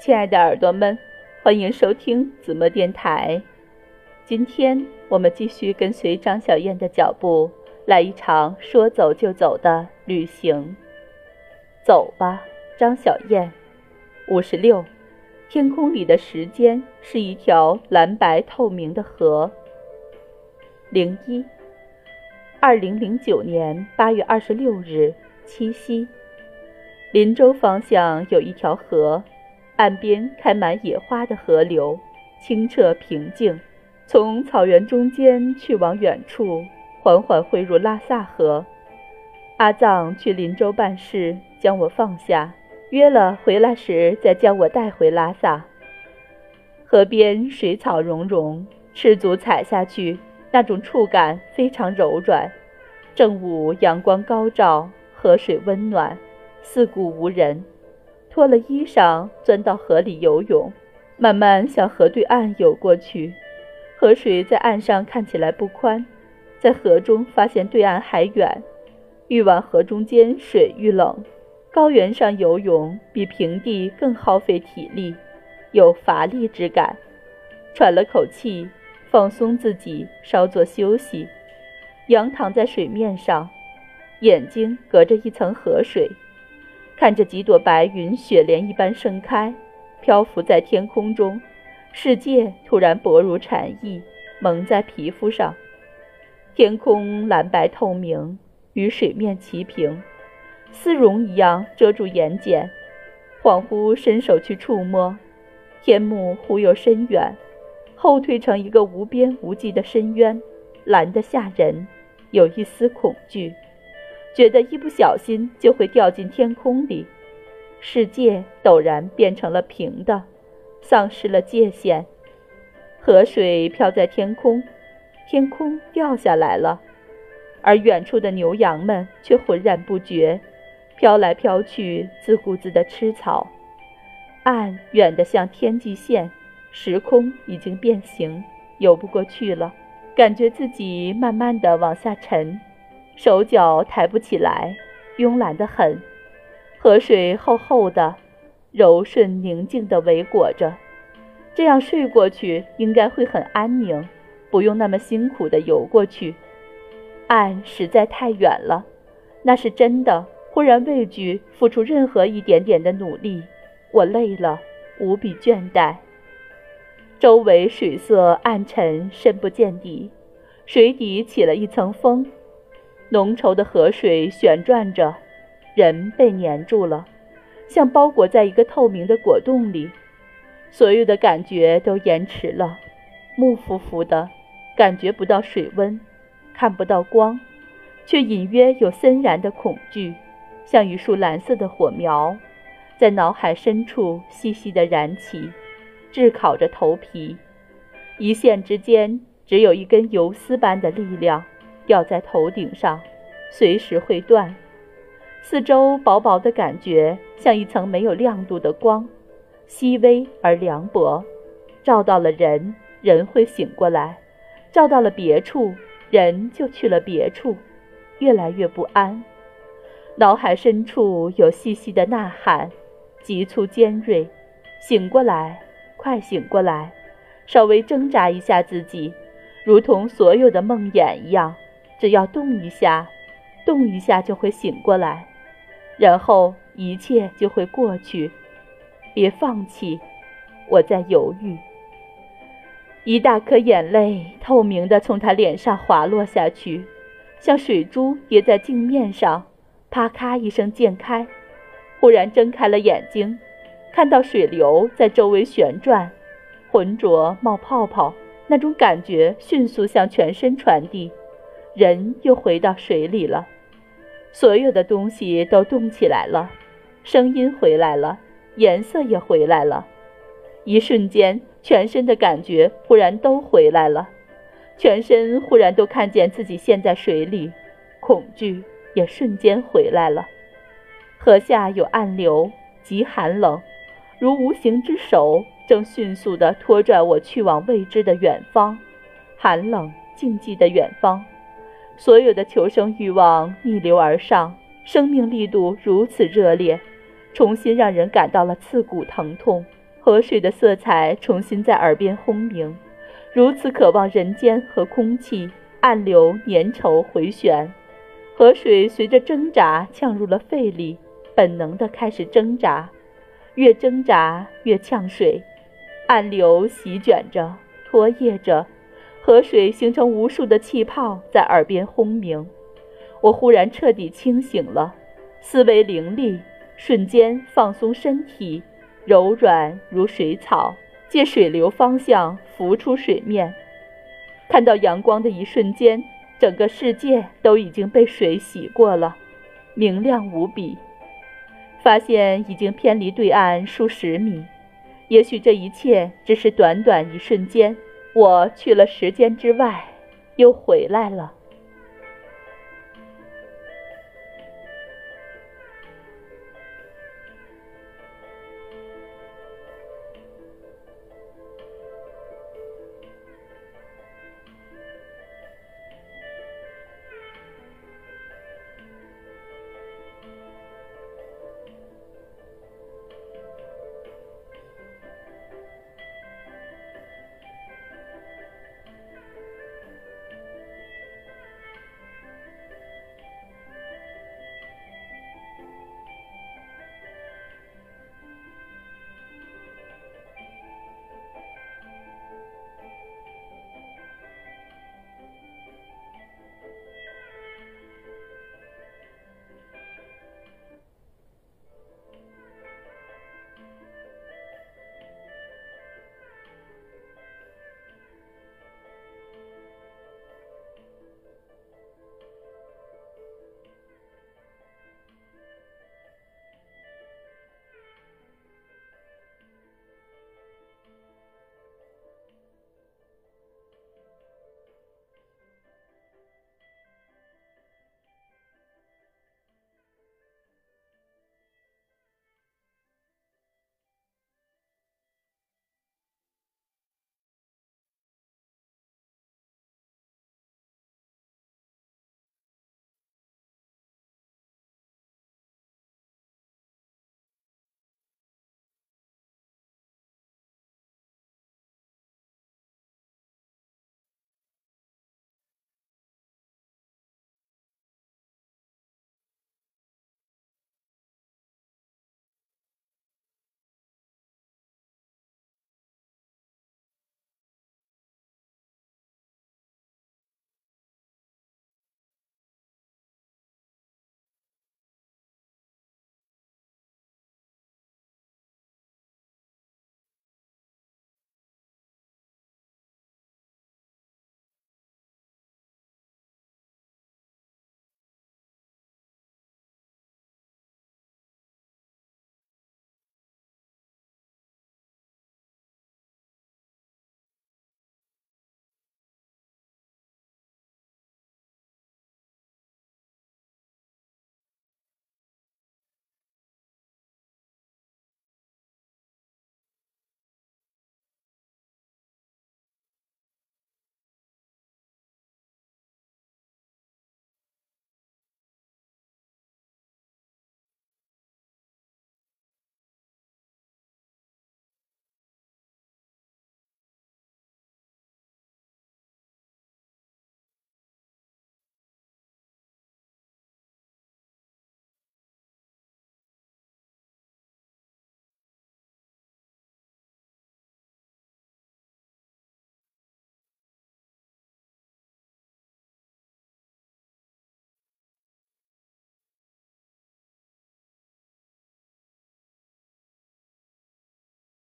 亲爱的耳朵们，欢迎收听子墨电台。今天我们继续跟随张小燕的脚步，来一场说走就走的旅行。走吧，张小燕。56，天空里的时间是一条蓝白透明的河。2009年8月26日，七夕。林州方向有一条河，岸边开满野花的河流，清澈平静，从草原中间去往远处，缓缓汇入拉萨河。阿藏去林州办事，将我放下，约了回来时再将我带回拉萨。河边水草茸茸，赤足踩下去，那种触感非常柔软。正午阳光高照，河水温暖，四顾无人。脱了衣裳，钻到河里游泳，慢慢向河对岸游过去。河水在岸上看起来不宽，在河中发现对岸还远。愈往河中间水愈冷，高原上游泳比平地更耗费体力，有乏力之感。喘了口气，放松自己，稍作休息，仰躺在水面上，眼睛隔着一层河水，看着几朵白云雪莲一般盛开，漂浮在天空中，世界突然薄如蝉翼，蒙在皮肤上。天空蓝白透明，与水面齐平，丝绒一样遮住眼睑。恍惚伸手去触摸，天幕忽又深远，后退成一个无边无际的深渊，蓝得吓人，有一丝恐惧，觉得一不小心就会掉进天空里。世界陡然变成了平的，丧失了界限。河水飘在天空，天空掉下来了，而远处的牛羊们却浑然不觉，飘来飘去，自顾自地吃草。岸远得像天际线，时空已经变形，游不过去了，感觉自己慢慢地往下沉，手脚抬不起来，慵懒得很。河水厚厚的，柔顺宁静地围裹着，这样睡过去应该会很安宁，不用那么辛苦地游过去。岸实在太远了，那是真的，忽然畏惧付出任何一点点的努力，我累了，无比倦怠。周围水色暗沉，深不见底，水底起了一层风，浓稠的河水旋转着，人被粘住了，像包裹在一个透明的果冻里。所有的感觉都延迟了，木浮浮的，感觉不到水温，看不到光，却隐约有森然的恐惧，像一束蓝色的火苗，在脑海深处细细地燃起，炙烤着头皮。一线之间只有一根游丝般的力量吊在头顶上，随时会断。四周薄薄的感觉像一层没有亮度的光，细微而凉薄，照到了人，人会醒过来；照到了别处，人就去了别处，越来越不安。脑海深处有细细的呐喊，急促尖锐，醒过来，快醒过来，稍微挣扎一下自己，如同所有的梦魇一样，只要动一下，动一下就会醒过来，然后一切就会过去。别放弃，我在犹豫。一大颗眼泪透明地从他脸上滑落下去，像水珠跌在镜面上，啪咔一声溅开。忽然睁开了眼睛，看到水流在周围旋转，浑浊冒泡泡，那种感觉迅速向全身传递，人又回到水里了。所有的东西都动起来了，声音回来了，颜色也回来了。一瞬间，全身的感觉忽然都回来了，全身忽然都看见自己陷在水里，恐惧也瞬间回来了。河下有暗流，极寒冷，如无形之手正迅速地拖拽我去往未知的远方，寒冷静寂的远方。所有的求生欲望逆流而上，生命力度如此热烈，重新让人感到了刺骨疼痛， 河水的色彩重新在耳边轰鸣，如此渴望人间和空气，暗流粘稠回旋。河水随着挣扎呛入了肺里，本能地开始挣扎，越挣扎越呛水，暗流席卷着，拖曳着，河水形成无数的气泡在耳边轰鸣。我忽然彻底清醒了，思维凌厉，瞬间放松身体，柔软如水草，借水流方向浮出水面。看到阳光的一瞬间，整个世界都已经被水洗过了，明亮无比。发现已经偏离对岸数十米，也许这一切只是短短一瞬间，我去了时间之外，又回来了。